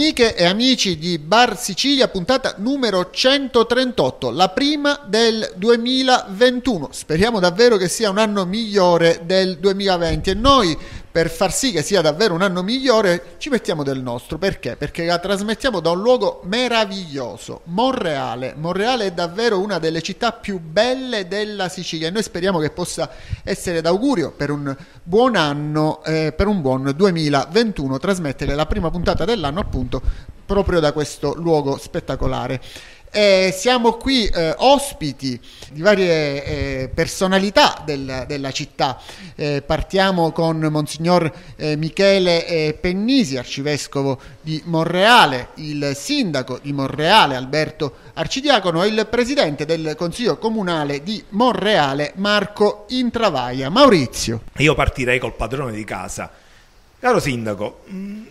Amiche e amici di Bar Sicilia, puntata numero 138, la prima del 2021. Speriamo davvero che sia un anno migliore del 2020 e noi, per far sì che sia davvero un anno migliore, ci mettiamo del nostro. Perché? Perché la trasmettiamo da un luogo meraviglioso, Monreale. Monreale è davvero una delle città più belle della Sicilia e noi speriamo che possa essere d'augurio per un buon anno, per un buon 2021, trasmettere la prima puntata dell'anno appunto proprio da questo luogo spettacolare. Siamo qui ospiti di varie personalità della città. Partiamo con Monsignor Michele Pennisi, arcivescovo di Monreale, il sindaco di Monreale Alberto Arcidiacono e il presidente del Consiglio Comunale di Monreale Marco Intravaglia. Maurizio. Io partirei col padrone di casa. Caro sindaco,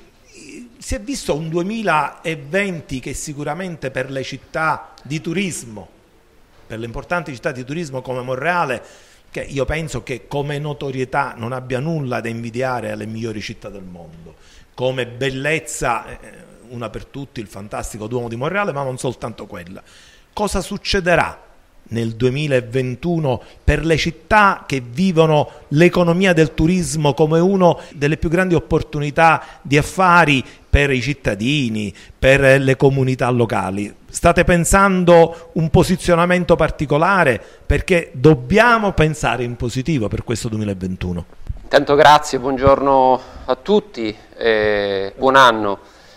si è visto un 2020 che sicuramente per le città di turismo, per le importanti città di turismo come Monreale, che io penso che come notorietà non abbia nulla da invidiare alle migliori città del mondo, come bellezza, una per tutti, il fantastico Duomo di Monreale, ma non soltanto quella. Cosa succederà nel 2021 per le città che vivono l'economia del turismo come una delle più grandi opportunità di affari per i cittadini, per le comunità locali? State pensando un posizionamento particolare? Perché dobbiamo pensare in positivo per questo 2021. Intanto grazie, buongiorno a tutti, buon anno.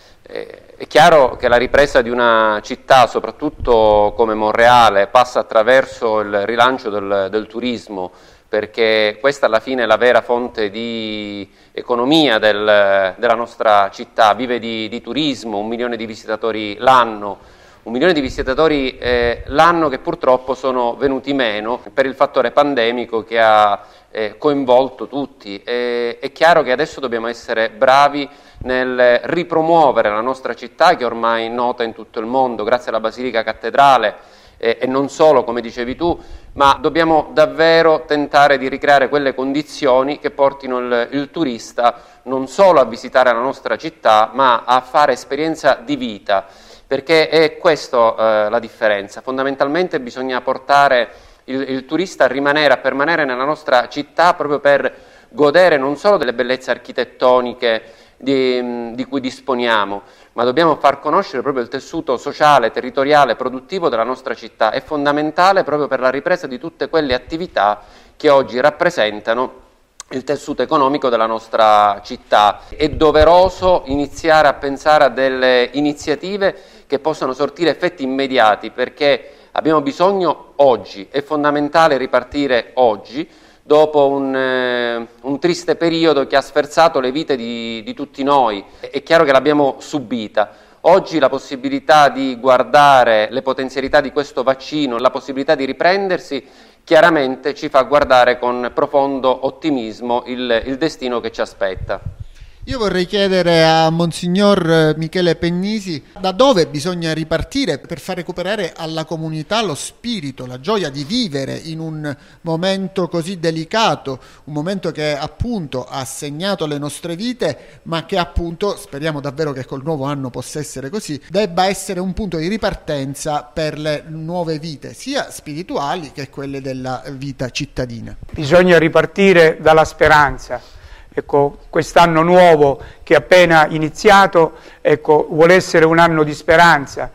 È chiaro che la ripresa di una città, soprattutto come Monreale, passa attraverso il rilancio del turismo, perché questa alla fine è la vera fonte di economia della nostra città. Vive di turismo, 1 milione di visitatori l'anno, 1 milione di visitatori l'anno che purtroppo sono venuti meno per il fattore pandemico che ha coinvolto tutti. È chiaro che adesso dobbiamo essere bravi nel ripromuovere la nostra città, che ormai è nota in tutto il mondo grazie alla Basilica Cattedrale e non solo, come dicevi tu, ma dobbiamo davvero tentare di ricreare quelle condizioni che portino il turista non solo a visitare la nostra città, ma a fare esperienza di vita, perché è questa la differenza. Fondamentalmente bisogna portare il turista a permanere nella nostra città proprio per godere non solo delle bellezze architettoniche di cui disponiamo, ma dobbiamo far conoscere proprio il tessuto sociale, territoriale, produttivo della nostra città. È fondamentale proprio per la ripresa di tutte quelle attività che oggi rappresentano il tessuto economico della nostra città. È doveroso iniziare a pensare a delle iniziative che possano sortire effetti immediati, perché abbiamo bisogno oggi, è fondamentale ripartire oggi, dopo un triste periodo che ha sferzato le vite di tutti noi. È chiaro che l'abbiamo subita. Oggi la possibilità di guardare le potenzialità di questo vaccino, la possibilità di riprendersi, chiaramente ci fa guardare con profondo ottimismo il destino che ci aspetta. Io vorrei chiedere a Monsignor Michele Pennisi da dove bisogna ripartire per far recuperare alla comunità lo spirito, la gioia di vivere in un momento così delicato, un momento che appunto ha segnato le nostre vite, ma che appunto, speriamo davvero che col nuovo anno possa essere così, debba essere un punto di ripartenza per le nuove vite, sia spirituali che quelle della vita cittadina. Bisogna ripartire dalla speranza. Ecco, quest'anno nuovo che è appena iniziato, ecco, vuole essere un anno di speranza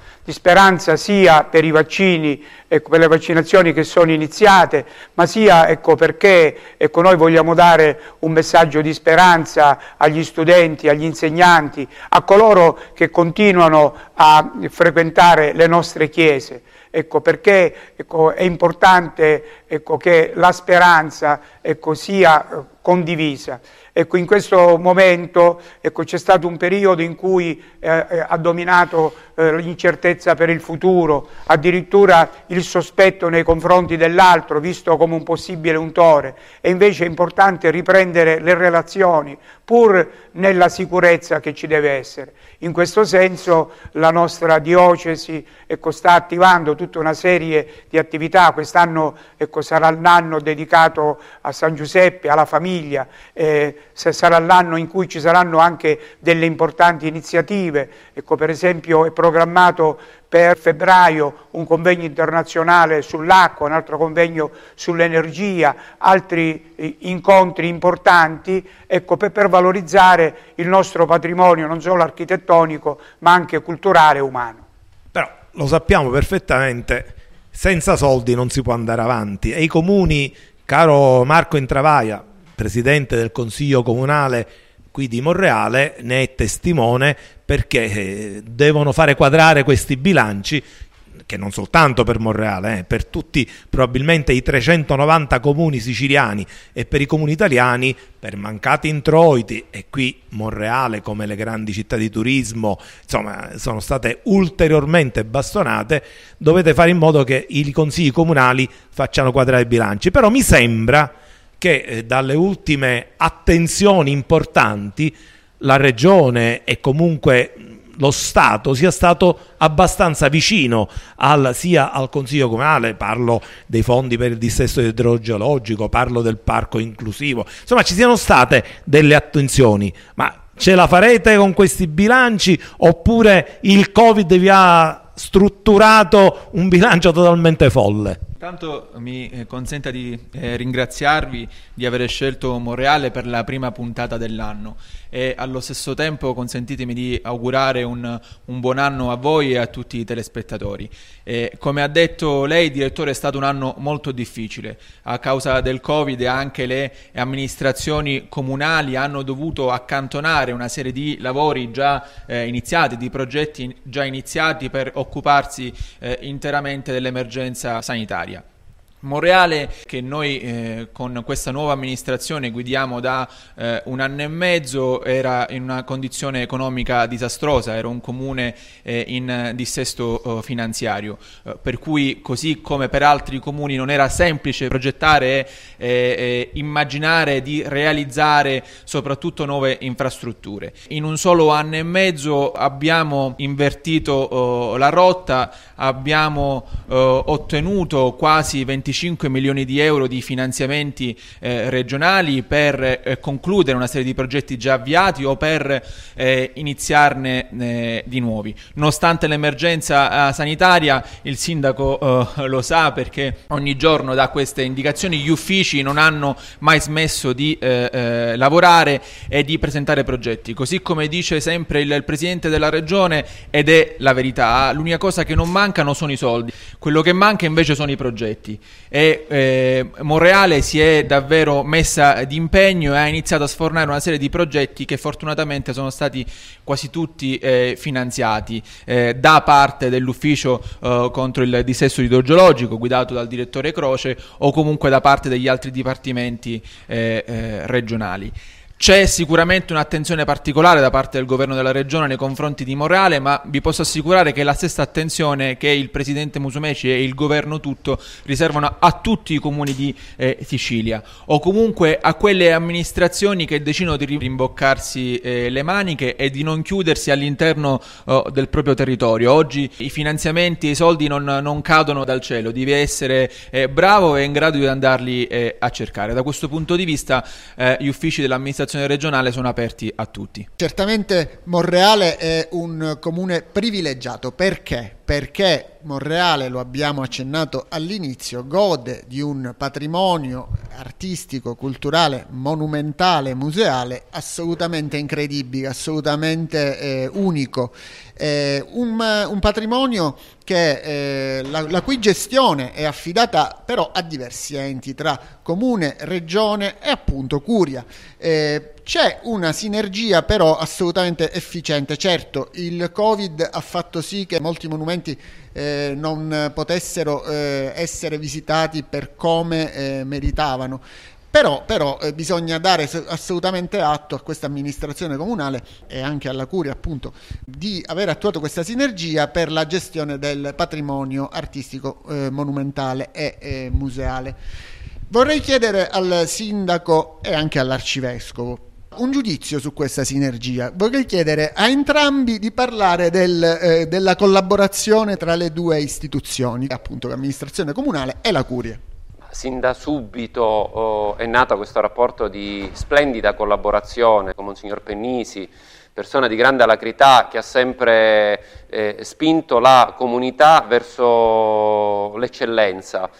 sia per i vaccini, ecco, per le vaccinazioni che sono iniziate, ma sia, ecco, perché, ecco, noi vogliamo dare un messaggio di speranza agli studenti, agli insegnanti, a coloro che continuano a frequentare le nostre chiese. Ecco, perché è importante che la speranza sia condivisa. In questo momento c'è stato un periodo in cui ha dominato l'incertezza per il futuro, addirittura il sospetto nei confronti dell'altro, visto come un possibile untore, e invece è importante riprendere le relazioni, pur nella sicurezza che ci deve essere. In questo senso la nostra diocesi sta attivando tutta una serie di attività. Quest'anno sarà l'anno dedicato a San Giuseppe, alla famiglia, sarà l'anno in cui ci saranno anche delle importanti iniziative. Ecco, per esempio è programmato per febbraio un convegno internazionale sull'acqua, un altro convegno sull'energia, altri incontri importanti, ecco, per valorizzare il nostro patrimonio non solo architettonico ma anche culturale e umano. Però lo sappiamo perfettamente, senza soldi non si può andare avanti e i comuni, caro Marco Intravaia, presidente del Consiglio Comunale qui di Monreale, ne è testimone, perché devono fare quadrare questi bilanci, che non soltanto per Monreale, per tutti probabilmente i 390 comuni siciliani e per i comuni italiani, per mancati introiti, e qui Monreale come le grandi città di turismo insomma sono state ulteriormente bastonate. Dovete fare in modo che i consigli comunali facciano quadrare i bilanci. Però mi sembra che dalle ultime attenzioni importanti la Regione e comunque lo Stato sia stato abbastanza vicino sia al Consiglio Comunale, parlo dei fondi per il dissesto idrogeologico, parlo del parco inclusivo, insomma ci siano state delle attenzioni. Ma ce la farete con questi bilanci oppure il Covid vi ha strutturato un bilancio totalmente folle? Intanto mi consenta di ringraziarvi di aver scelto Monreale per la prima puntata dell'anno e allo stesso tempo consentitemi di augurare un buon anno a voi e a tutti i telespettatori. Come ha detto lei, direttore, è stato un anno molto difficile. A causa del Covid anche le amministrazioni comunali hanno dovuto accantonare una serie di lavori già iniziati, di progetti già iniziati per occuparsi interamente dell'emergenza sanitaria. Monreale, che noi con questa nuova amministrazione guidiamo da un anno e mezzo, era in una condizione economica disastrosa, era un comune in dissesto finanziario, per cui così come per altri comuni non era semplice progettare e immaginare di realizzare soprattutto nuove infrastrutture. In un solo anno e mezzo abbiamo invertito la rotta, abbiamo ottenuto quasi 25 milioni di euro di finanziamenti regionali per concludere una serie di progetti già avviati o per iniziarne di nuovi. Nonostante l'emergenza sanitaria, il sindaco lo sa perché ogni giorno dà queste indicazioni, gli uffici non hanno mai smesso di lavorare e di presentare progetti. Così come dice sempre il presidente della regione, ed è la verità, l'unica cosa che non mancano sono i soldi, quello che manca invece sono i progetti. E Monreale si è davvero messa d'impegno e ha iniziato a sfornare una serie di progetti che fortunatamente sono stati quasi tutti finanziati da parte dell'ufficio contro il dissesto idrogeologico guidato dal direttore Croce o comunque da parte degli altri dipartimenti regionali. C'è sicuramente un'attenzione particolare da parte del governo della regione nei confronti di Monreale, ma vi posso assicurare che è la stessa attenzione che il presidente Musumeci e il governo tutto riservano a tutti i comuni di Sicilia, o comunque a quelle amministrazioni che decidono di rimboccarsi le maniche e di non chiudersi all'interno del proprio territorio. Oggi i finanziamenti e i soldi non cadono dal cielo, devi essere bravo e in grado di andarli a cercare. Da questo punto di vista gli uffici dell'amministrazione regionale sono aperti a tutti. Certamente Monreale è un comune privilegiato. Perché? Perché Monreale, lo abbiamo accennato all'inizio, gode di un patrimonio artistico, culturale, monumentale, museale assolutamente incredibile, assolutamente unico. Un patrimonio che la cui gestione è affidata però a diversi enti tra comune, regione e appunto curia. C'è una sinergia però assolutamente efficiente. Certo, il Covid ha fatto sì che molti monumenti non potessero essere visitati per come meritavano. Però bisogna dare assolutamente atto a questa amministrazione comunale e anche alla curia appunto di aver attuato questa sinergia per la gestione del patrimonio artistico, monumentale e museale. Vorrei chiedere al sindaco e anche all'arcivescovo un giudizio su questa sinergia. Vorrei chiedere a entrambi di parlare della collaborazione tra le due istituzioni, appunto l'amministrazione comunale e la curia. sin da subito è nato questo rapporto di splendida collaborazione con Monsignor Pennisi, persona di grande alacrità che ha sempre spinto la comunità verso l'eccellenza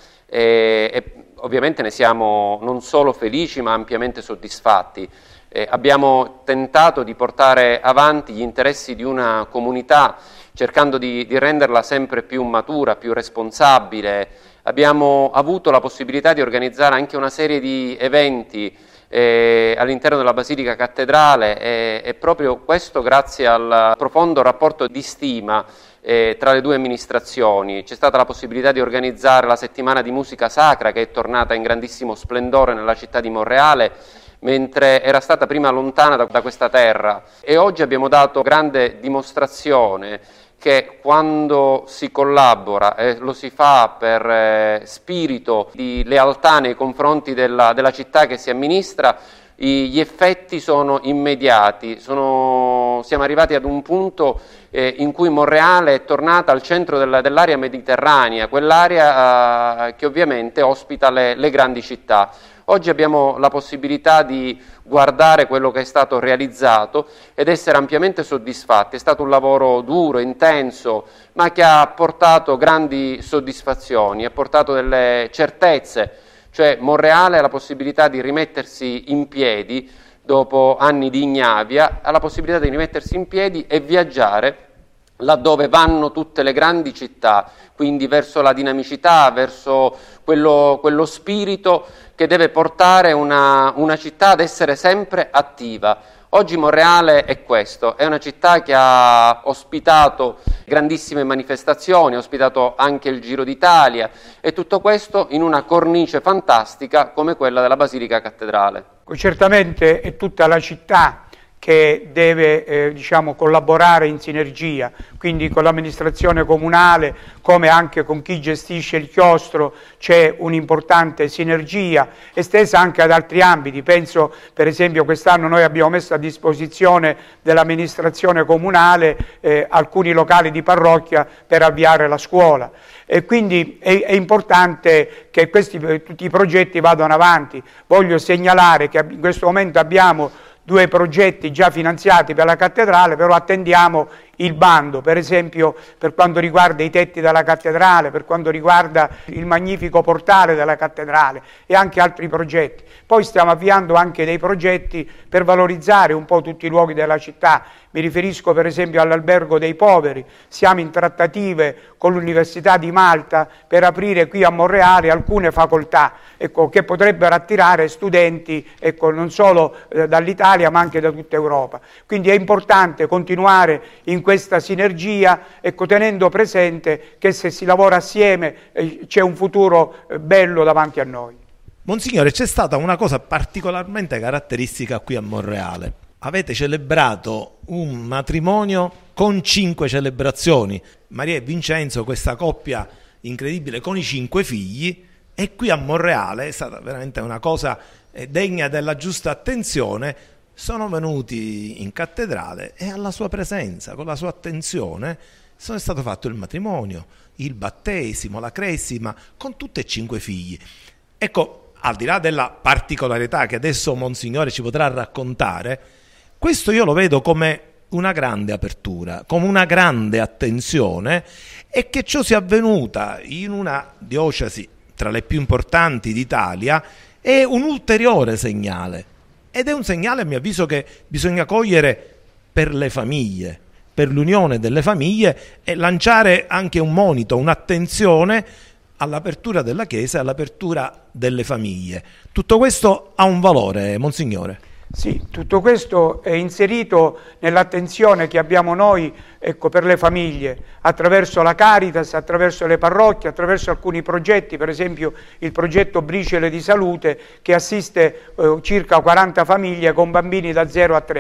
e ovviamente ne siamo non solo felici ma ampiamente soddisfatti. Abbiamo tentato di portare avanti gli interessi di una comunità cercando di renderla sempre più matura, più responsabile. Abbiamo avuto la possibilità di organizzare anche una serie di eventi all'interno della Basilica Cattedrale e proprio questo grazie al profondo rapporto di stima tra le due amministrazioni. C'è stata la possibilità di organizzare la settimana di musica sacra che è tornata in grandissimo splendore nella città di Monreale, mentre era stata prima lontana da questa terra, e oggi abbiamo dato grande dimostrazione che quando si collabora e lo si fa per spirito di lealtà nei confronti della città che si amministra, gli effetti sono immediati. Siamo arrivati ad un punto in cui Monreale è tornata al centro dell'area mediterranea, quell'area che ovviamente ospita le grandi città. Oggi abbiamo la possibilità di guardare quello che è stato realizzato ed essere ampiamente soddisfatti. È stato un lavoro duro, intenso, ma che ha portato grandi soddisfazioni, ha portato delle certezze, cioè Monreale ha la possibilità di rimettersi in piedi dopo anni di ignavia, ha la possibilità di rimettersi in piedi e viaggiare laddove vanno tutte le grandi città, quindi verso la dinamicità, verso quello spirito che deve portare una città ad essere sempre attiva. Oggi Monreale è questo, è una città che ha ospitato grandissime manifestazioni, ha ospitato anche il Giro d'Italia e tutto questo in una cornice fantastica come quella della Basilica Cattedrale. Certamente è tutta la città che deve collaborare in sinergia, quindi con l'amministrazione comunale come anche con chi gestisce il chiostro c'è un'importante sinergia estesa anche ad altri ambiti. Penso per esempio quest'anno noi abbiamo messo a disposizione dell'amministrazione comunale alcuni locali di parrocchia per avviare la scuola e quindi è importante che tutti i progetti vadano avanti. Voglio segnalare che in questo momento abbiamo 2 progetti già finanziati per la cattedrale, però attendiamo il bando, per esempio per quanto riguarda i tetti della cattedrale, per quanto riguarda il magnifico portale della cattedrale e anche altri progetti. Poi stiamo avviando anche dei progetti per valorizzare un po' tutti i luoghi della città. Mi riferisco per esempio all'Albergo dei Poveri, siamo in trattative con l'Università di Malta per aprire qui a Monreale alcune facoltà che potrebbero attirare studenti non solo dall'Italia ma anche da tutta Europa. Quindi è importante continuare in questa sinergia tenendo presente che se si lavora assieme c'è un futuro bello davanti a noi. Monsignore, c'è stata una cosa particolarmente caratteristica qui a Monreale. Avete celebrato un matrimonio con 5 celebrazioni. Maria e Vincenzo, questa coppia incredibile con i 5 figli, e qui a Monreale è stata veramente una cosa degna della giusta attenzione. Sono venuti in cattedrale e alla sua presenza, con la sua attenzione, è stato fatto il matrimonio, il battesimo, la cresima, con tutti e 5 figli. Ecco, al di là della particolarità che adesso Monsignore ci potrà raccontare, questo io lo vedo come una grande apertura, come una grande attenzione, e che ciò sia avvenuta in una diocesi tra le più importanti d'Italia è un ulteriore segnale. Ed è un segnale, a mio avviso, che bisogna cogliere per le famiglie, per l'unione delle famiglie, e lanciare anche un monito, un'attenzione all'apertura della Chiesa e all'apertura delle famiglie. Tutto questo ha un valore, Monsignore? Sì, tutto questo è inserito nell'attenzione che abbiamo noi per le famiglie, attraverso la Caritas, attraverso le parrocchie, attraverso alcuni progetti, per esempio il progetto Briciole di Salute che assiste circa 40 famiglie con bambini da 0 a 3 anni.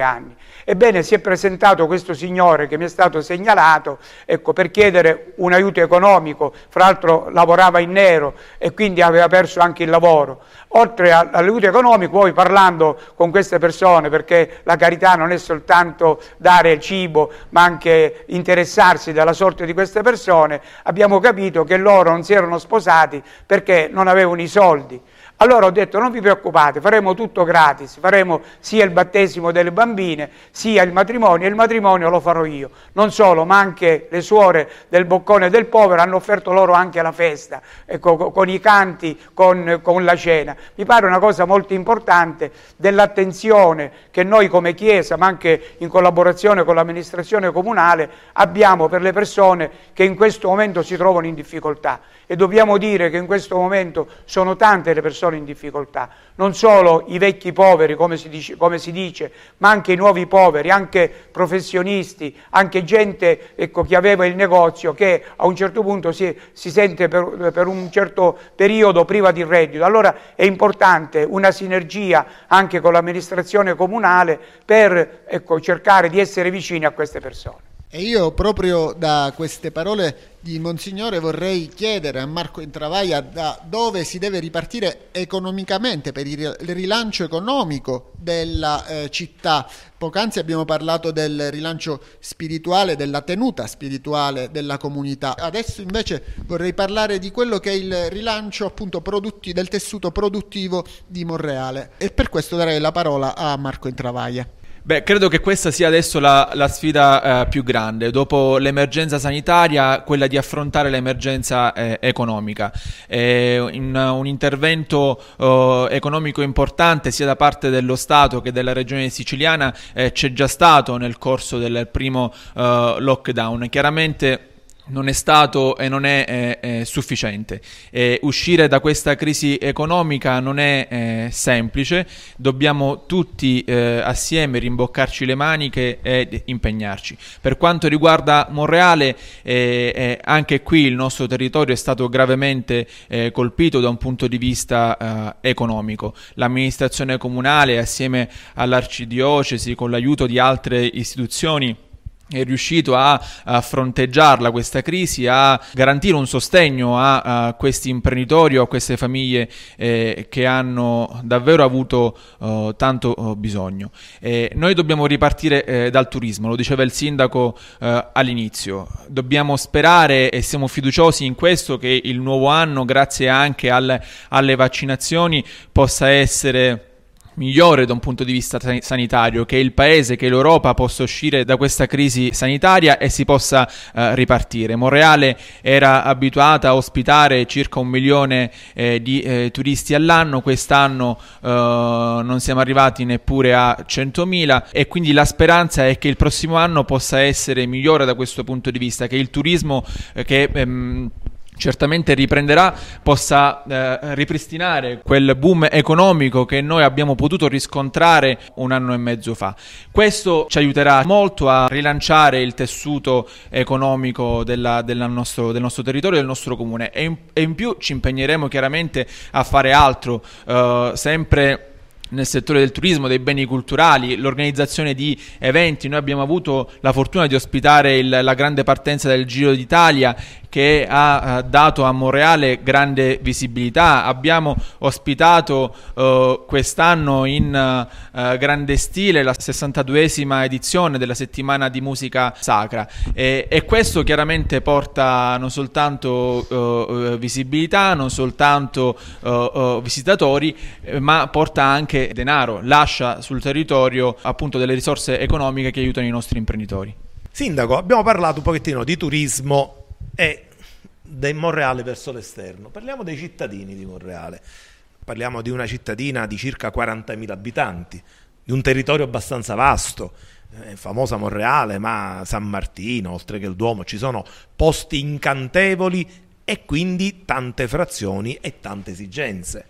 Ebbene, si è presentato questo signore che mi è stato segnalato, ecco, per chiedere un aiuto economico, fra l'altro lavorava in nero e quindi aveva perso anche il lavoro. Oltre all'aiuto economico, poi parlando con queste persone, perché la carità non è soltanto dare cibo, ma anche interessarsi della sorte di queste persone, abbiamo capito che loro non si erano sposati perché non avevano i soldi. Allora ho detto: non vi preoccupate, faremo tutto gratis, faremo sia il battesimo delle bambine sia il matrimonio, e il matrimonio lo farò io. Non solo, ma anche le suore del Boccone del Povero hanno offerto loro anche la festa, ecco, con i canti, con la cena. Mi pare una cosa molto importante dell'attenzione che noi come Chiesa, ma anche in collaborazione con l'amministrazione comunale, abbiamo per le persone che in questo momento si trovano in difficoltà. E dobbiamo dire che in questo momento sono tante le persone in difficoltà, non solo i vecchi poveri, come si dice, ma anche i nuovi poveri, anche professionisti, anche gente, ecco, che aveva il negozio, che a un certo punto si sente per un certo periodo priva di reddito. Allora è importante una sinergia anche con l'amministrazione comunale per, ecco, cercare di essere vicini a queste persone. E io proprio da queste parole di Monsignore vorrei chiedere a Marco Intravaglia da dove si deve ripartire economicamente per il rilancio economico della città. Poc'anzi abbiamo parlato del rilancio spirituale, della tenuta spirituale della comunità. Adesso invece vorrei parlare di quello che è il rilancio appunto del tessuto produttivo di Monreale, e per questo darei la parola a Marco Intravaglia. Beh, credo che questa sia adesso la sfida più grande, dopo l'emergenza sanitaria, quella di affrontare l'emergenza economica. Un intervento economico importante sia da parte dello Stato che della regione siciliana c'è già stato nel corso del primo lockdown. Chiaramente non è stato e non è sufficiente. Uscire da questa crisi economica non è semplice, dobbiamo tutti assieme rimboccarci le maniche e impegnarci. Per quanto riguarda Monreale, anche qui il nostro territorio è stato gravemente colpito da un punto di vista economico. L'amministrazione comunale, assieme all'arcidiocesi, con l'aiuto di altre istituzioni, è riuscito a fronteggiarla questa crisi, a garantire un sostegno a questi imprenditori o a queste famiglie che hanno davvero avuto tanto bisogno. Noi dobbiamo ripartire dal turismo, lo diceva il sindaco all'inizio. Dobbiamo sperare e siamo fiduciosi in questo, che il nuovo anno, grazie anche alle vaccinazioni, possa essere migliore da un punto di vista sanitario, che il Paese, che l'Europa possa uscire da questa crisi sanitaria e si possa ripartire. Monreale era abituata a ospitare circa 1 milione di turisti all'anno, quest'anno non siamo arrivati neppure a 100.000, e quindi la speranza è che il prossimo anno possa essere migliore da questo punto di vista, che il turismo che certamente riprenderà possa ripristinare quel boom economico che noi abbiamo potuto riscontrare 1 anno e mezzo fa. Questo ci aiuterà molto a rilanciare il tessuto economico del nostro territorio, del nostro comune, e in più ci impegneremo chiaramente a fare altro, sempre nel settore del turismo, dei beni culturali, l'organizzazione di eventi. Noi abbiamo avuto la fortuna di ospitare la grande partenza del Giro d'Italia, che ha dato a Monreale grande visibilità. Abbiamo ospitato quest'anno in grande stile la 62esima edizione della settimana di musica sacra, e questo chiaramente porta non soltanto visibilità, non soltanto visitatori, ma porta anche denaro, lascia sul territorio appunto delle risorse economiche che aiutano i nostri imprenditori. Sindaco, abbiamo parlato un pochettino di turismo e del Monreale verso l'esterno. Parliamo dei cittadini di Monreale. Parliamo di una cittadina di circa 40.000 abitanti, di un territorio abbastanza vasto, famosa Monreale, ma San Martino, oltre che il Duomo, ci sono posti incantevoli e quindi tante frazioni e tante esigenze.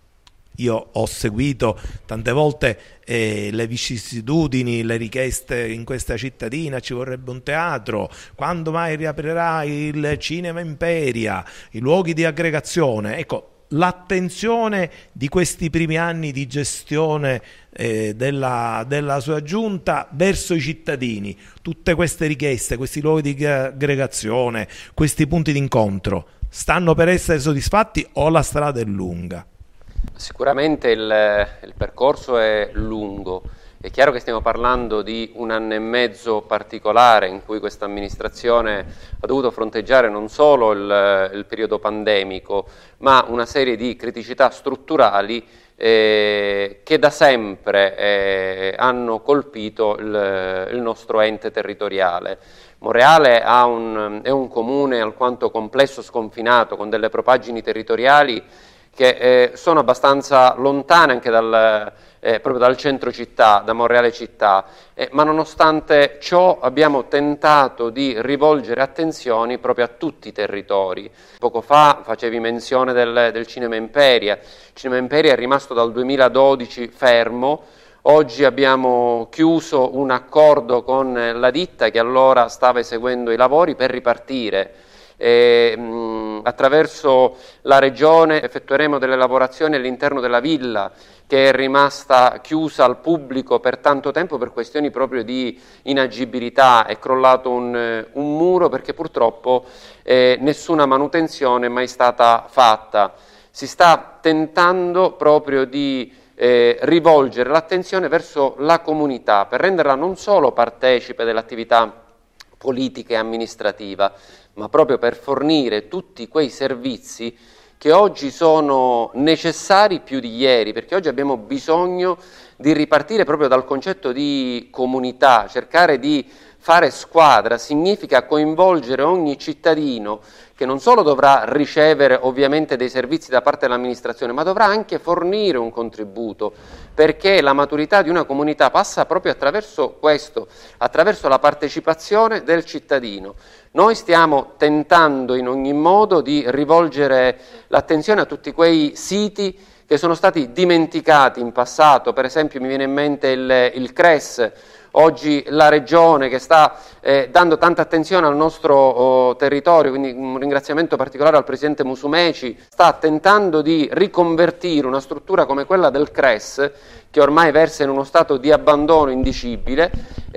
Io ho seguito tante volte le vicissitudini, le richieste in questa cittadina: ci vorrebbe un teatro, quando mai riaprirà il Cinema Imperia, i luoghi di aggregazione. Ecco, l'attenzione di questi primi anni di gestione della sua giunta verso i cittadini, tutte queste richieste, questi luoghi di aggregazione, questi punti d'incontro, stanno per essere soddisfatti o la strada è lunga? Sicuramente il percorso è lungo. È chiaro che stiamo parlando di un anno e mezzo particolare in cui questa amministrazione ha dovuto fronteggiare non solo il periodo pandemico, ma una serie di criticità strutturali che da sempre hanno colpito il nostro ente territoriale. Monreale è un comune alquanto complesso, sconfinato, con delle propaggini territoriali che sono abbastanza lontane anche proprio dal centro città, da Monreale città, ma nonostante ciò abbiamo tentato di rivolgere attenzioni proprio a tutti i territori. Poco fa facevi menzione del Cinema Imperia. Il Cinema Imperia è rimasto dal 2012 fermo. Oggi abbiamo chiuso un accordo con la ditta che allora stava eseguendo i lavori per ripartire. Attraverso la regione effettueremo delle lavorazioni all'interno della villa che è rimasta chiusa al pubblico per tanto tempo per questioni proprio di inagibilità. È crollato un muro perché purtroppo nessuna manutenzione è mai stata fatta. Si sta tentando proprio di rivolgere l'attenzione verso la comunità per renderla non solo partecipe dell'attività politica e amministrativa, ma proprio per fornire tutti quei servizi che oggi sono necessari più di ieri, perché oggi abbiamo bisogno di ripartire proprio dal concetto di comunità. Cercare di fare squadra significa coinvolgere ogni cittadino che non solo dovrà ricevere ovviamente dei servizi da parte dell'amministrazione, ma dovrà anche fornire un contributo, perché la maturità di una comunità passa proprio attraverso questo, attraverso la partecipazione del cittadino. Noi stiamo tentando in ogni modo di rivolgere l'attenzione a tutti quei siti che sono stati dimenticati in passato. Per esempio mi viene in mente il CRES. Oggi la Regione, che sta dando tanta attenzione al nostro territorio, quindi un ringraziamento particolare al Presidente Musumeci, sta tentando di riconvertire una struttura come quella del CRES, che ormai versa in uno stato di abbandono indicibile,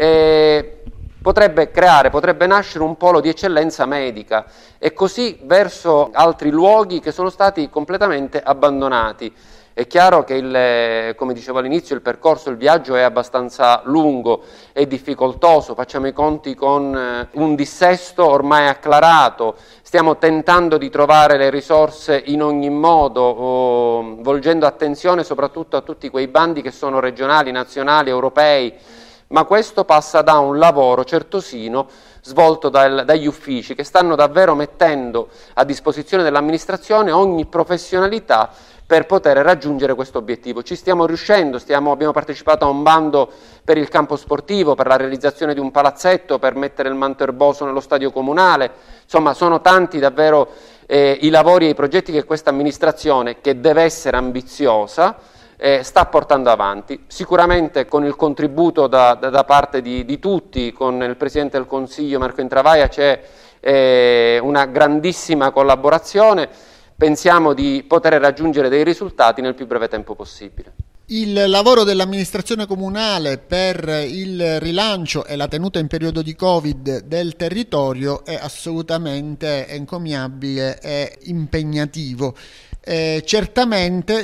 potrebbe nascere un polo di eccellenza medica e così verso altri luoghi che sono stati completamente abbandonati. È chiaro che, come dicevo all'inizio, il percorso, il viaggio è abbastanza lungo, è difficoltoso, facciamo i conti con un dissesto ormai acclarato, stiamo tentando di trovare le risorse in ogni modo, volgendo attenzione soprattutto a tutti quei bandi che sono regionali, nazionali, europei, ma questo passa da un lavoro certosino svolto dagli uffici che stanno davvero mettendo a disposizione dell'amministrazione ogni professionalità per poter raggiungere questo obiettivo. Ci stiamo riuscendo, abbiamo partecipato a un bando per il campo sportivo, per la realizzazione di un palazzetto, per mettere il manto erboso nello stadio comunale. Insomma, sono tanti davvero i lavori e i progetti che questa amministrazione, che deve essere ambiziosa, sta portando avanti. Sicuramente con il contributo da parte di tutti, con il Presidente del Consiglio Marco Intravaia c'è una grandissima collaborazione. Pensiamo di poter raggiungere dei risultati nel più breve tempo possibile. Il lavoro dell'amministrazione comunale per il rilancio e la tenuta in periodo di Covid del territorio è assolutamente encomiabile e impegnativo. Certamente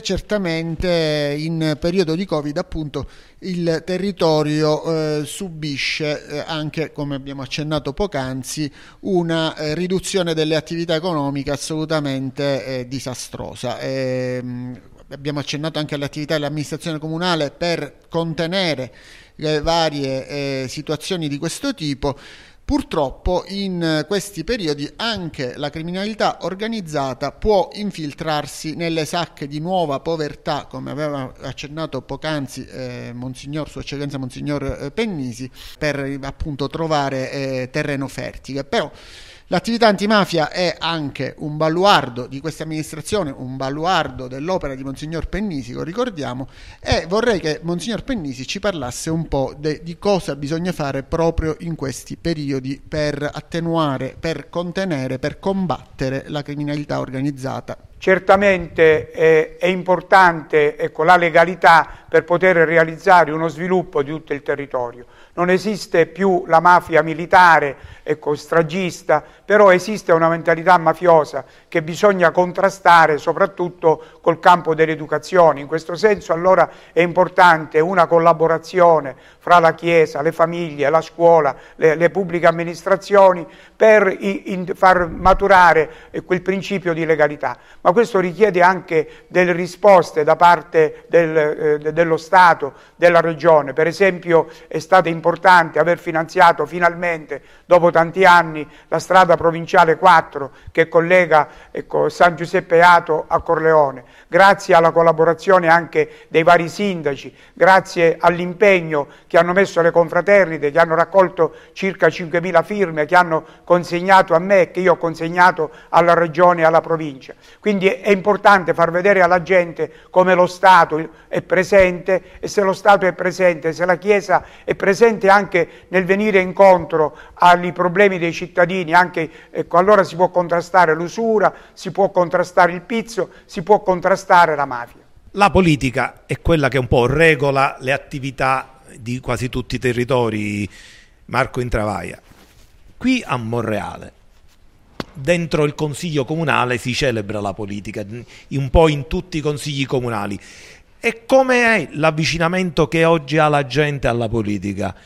in periodo di Covid appunto il territorio subisce anche, come abbiamo accennato poc'anzi, una riduzione delle attività economiche assolutamente disastrosa. Abbiamo accennato anche alle attività dell'amministrazione comunale per contenere le varie situazioni di questo tipo. Purtroppo in questi periodi anche la criminalità organizzata può infiltrarsi nelle sacche di nuova povertà, come aveva accennato poc'anzi Sua Eccellenza Monsignor Pennisi, per appunto trovare terreno fertile. Però l'attività antimafia è anche un baluardo di questa amministrazione, un baluardo dell'opera di Monsignor Pennisi, lo ricordiamo, e vorrei che Monsignor Pennisi ci parlasse un po' di cosa bisogna fare proprio in questi periodi per attenuare, per contenere, per combattere la criminalità organizzata. Certamente è importante, ecco, la legalità per poter realizzare uno sviluppo di tutto il territorio. Non esiste più la mafia militare, ecco, stragista, però esiste una mentalità mafiosa che bisogna contrastare soprattutto col campo dell'educazione. In questo senso allora è importante una collaborazione fra la Chiesa, le famiglie, la scuola, le pubbliche amministrazioni per far maturare quel principio di legalità. Ma questo richiede anche delle risposte da parte dello Stato, della Regione. Per esempio è stato importante aver finanziato finalmente, dopo tanti anni, la strada provinciale 4 che collega, ecco, San Giuseppe Jato a Corleone. Grazie alla collaborazione anche dei vari sindaci, grazie all'impegno che hanno messo le confraternite, che hanno raccolto circa 5.000 firme, che hanno consegnato a me, che io ho consegnato alla Regione e alla provincia. Quindi è importante far vedere alla gente come lo Stato è presente, e se lo Stato è presente, se la Chiesa è presente anche nel venire incontro ai problemi dei cittadini, anche, ecco, allora si può contrastare l'usura, si può contrastare il pizzo, si può contrastare la mafia. La politica è quella che un po' regola le attività di quasi tutti i territori, Marco Intravaia. Qui a Monreale, dentro il Consiglio Comunale, si celebra la politica, un po' in tutti i consigli comunali. E come è l'avvicinamento che oggi ha la gente alla politica?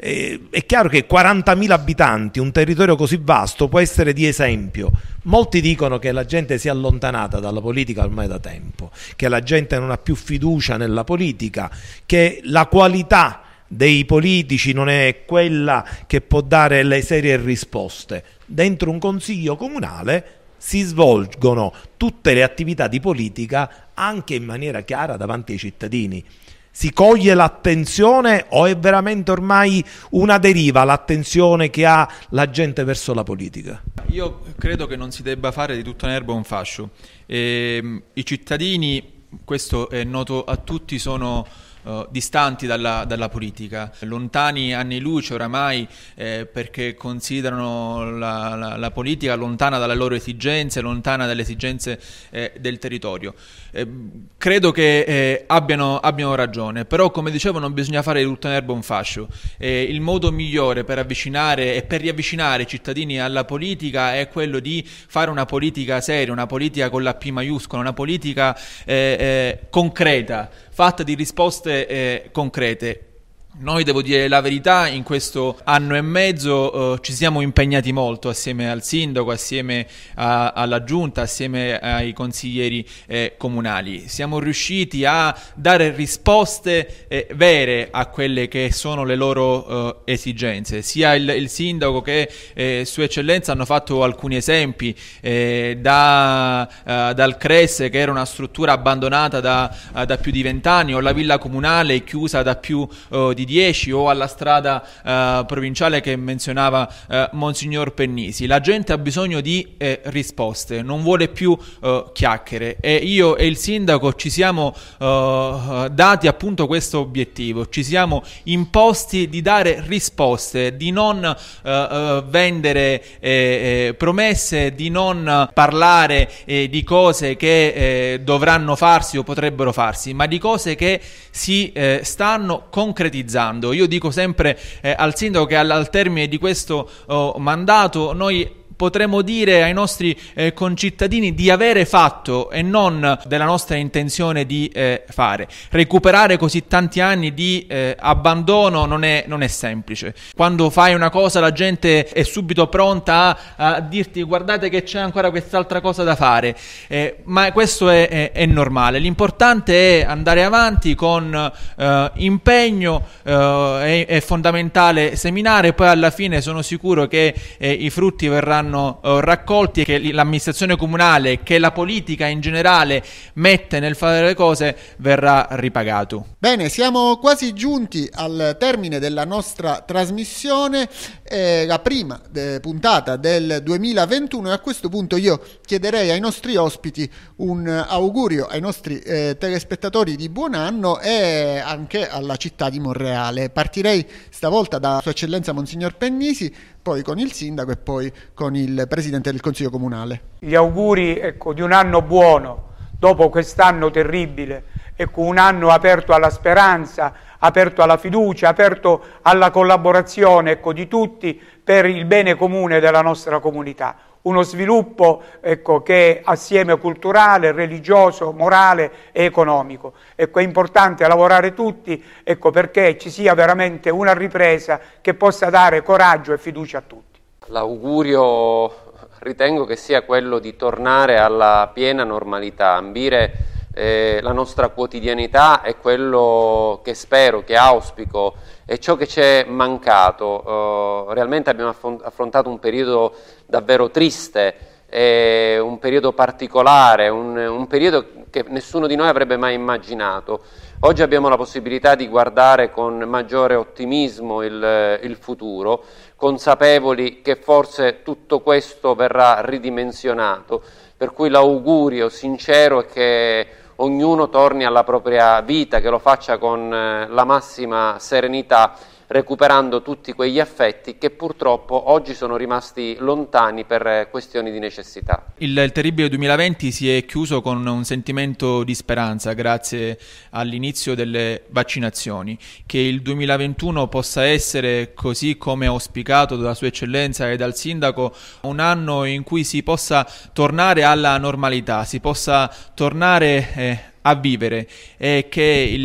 È chiaro che 40.000 abitanti, un territorio così vasto, può essere di esempio. Molti dicono che la gente si è allontanata dalla politica ormai da tempo, che la gente non ha più fiducia nella politica, che la qualità dei politici non è quella che può dare le serie risposte. Dentro un consiglio comunale si svolgono tutte le attività di politica anche in maniera chiara davanti ai cittadini. Si coglie l'attenzione o è veramente ormai una deriva l'attenzione che ha la gente verso la politica? Io credo che non si debba fare di tutta un'erba un fascio. I cittadini, questo è noto a tutti, sono distanti dalla politica, lontani anni luce oramai, perché considerano la politica lontana dalle loro esigenze, lontana dalle esigenze del territorio. Credo che abbiano ragione, però, come dicevo, non bisogna fare di tutta un'erba un fascio. Il modo migliore per avvicinare e per riavvicinare i cittadini alla politica è quello di fare una politica seria, una politica con la P maiuscola, una politica concreta, fatta di risposte concrete. Noi, devo dire la verità, in questo anno e mezzo ci siamo impegnati molto assieme al sindaco, assieme alla giunta, assieme ai consiglieri comunali. Siamo riusciti a dare risposte vere a quelle che sono le loro esigenze. Sia il sindaco che Sua Eccellenza hanno fatto alcuni esempi, dal CRES, che era una struttura abbandonata da più di 20 anni, o la villa comunale chiusa da più di 10, o alla strada provinciale che menzionava Monsignor Pennisi. La gente ha bisogno di risposte, non vuole più chiacchiere, e io e il sindaco ci siamo dati appunto questo obiettivo, ci siamo imposti di dare risposte, di non vendere promesse, di non parlare di cose che dovranno farsi o potrebbero farsi, ma di cose che si stanno concretizzando. Io dico sempre al sindaco che al termine di questo mandato noi potremo dire ai nostri concittadini di avere fatto e non della nostra intenzione di fare. Recuperare così tanti anni di abbandono non è semplice. Quando fai una cosa la gente è subito pronta a dirti: guardate che c'è ancora quest'altra cosa da fare, ma questo è normale. L'importante è andare avanti con impegno, è fondamentale seminare, poi alla fine sono sicuro che i frutti verranno raccolti e che l'amministrazione comunale, che la politica in generale mette nel fare le cose, verrà ripagato. Bene, siamo quasi giunti al termine della nostra trasmissione, la prima puntata del 2021, e a questo punto io chiederei ai nostri ospiti un augurio ai nostri telespettatori di buon anno e anche alla città di Monreale. Partirei stavolta da Sua Eccellenza Monsignor Pennisi, poi con il sindaco e poi con con il Presidente del Consiglio Comunale. Gli auguri, ecco, di un anno buono dopo quest'anno terribile, ecco, un anno aperto alla speranza, aperto alla fiducia, aperto alla collaborazione, ecco, di tutti per il bene comune della nostra comunità. Uno sviluppo, ecco, che è assieme culturale, religioso, morale e economico. Ecco, è importante lavorare tutti, ecco, perché ci sia veramente una ripresa che possa dare coraggio e fiducia a tutti. L'augurio ritengo che sia quello di tornare alla piena normalità, ambire la nostra quotidianità è quello che spero, che auspico, è ciò che ci è mancato. Realmente abbiamo affrontato un periodo davvero triste, un periodo particolare, un periodo che nessuno di noi avrebbe mai immaginato. Oggi abbiamo la possibilità di guardare con maggiore ottimismo il futuro, consapevoli che forse tutto questo verrà ridimensionato, per cui l'augurio sincero è che ognuno torni alla propria vita, che lo faccia con la massima serenità, recuperando tutti quegli affetti che purtroppo oggi sono rimasti lontani per questioni di necessità. Il terribile 2020 si è chiuso con un sentimento di speranza grazie all'inizio delle vaccinazioni. Che il 2021 possa essere, così come auspicato dalla Sua Eccellenza e dal Sindaco, un anno in cui si possa tornare alla normalità, si possa tornare a vivere, e che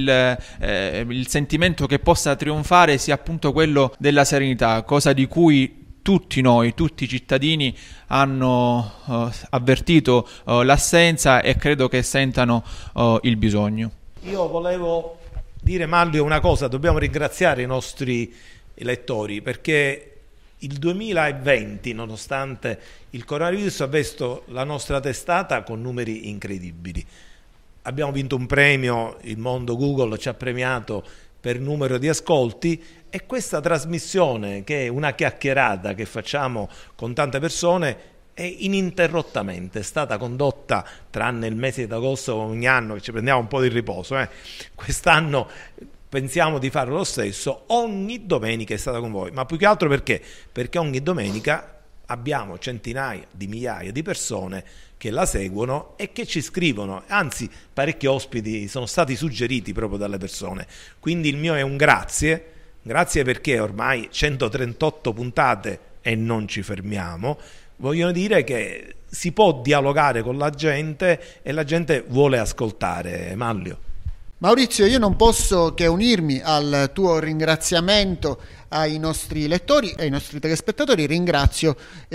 il sentimento che possa trionfare sia appunto quello della serenità, cosa di cui tutti noi, tutti i cittadini hanno avvertito l'assenza e credo che sentano il bisogno. Io volevo dire, Manlio, una cosa: dobbiamo ringraziare i nostri elettori, perché il 2020, nonostante il coronavirus, ha visto la nostra testata con numeri incredibili. Abbiamo vinto un premio, il mondo Google ci ha premiato per numero di ascolti, e questa trasmissione, che è una chiacchierata che facciamo con tante persone, è ininterrottamente stata condotta, tranne il mese di agosto ogni anno che ci prendiamo un po' di riposo, quest'anno pensiamo di fare lo stesso, ogni domenica è stata con voi, ma più che altro perché ogni domenica abbiamo centinaia di migliaia di persone che la seguono e che ci scrivono, anzi parecchi ospiti sono stati suggeriti proprio dalle persone, quindi il mio è un grazie perché ormai 138 puntate e non ci fermiamo, vogliono dire che si può dialogare con la gente e la gente vuole ascoltare. Manlio. Maurizio, io non posso che unirmi al tuo ringraziamento ai nostri lettori e ai nostri telespettatori. Ringrazio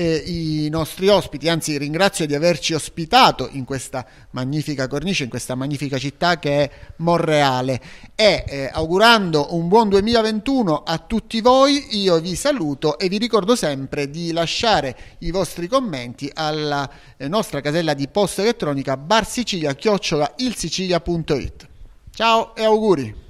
i nostri ospiti, anzi ringrazio di averci ospitato in questa magnifica cornice, in questa magnifica città che è Monreale, e augurando un buon 2021 a tutti voi, io vi saluto e vi ricordo sempre di lasciare i vostri commenti alla nostra casella di posta elettronica barsicilia@ilsicilia.it. Ciao e auguri!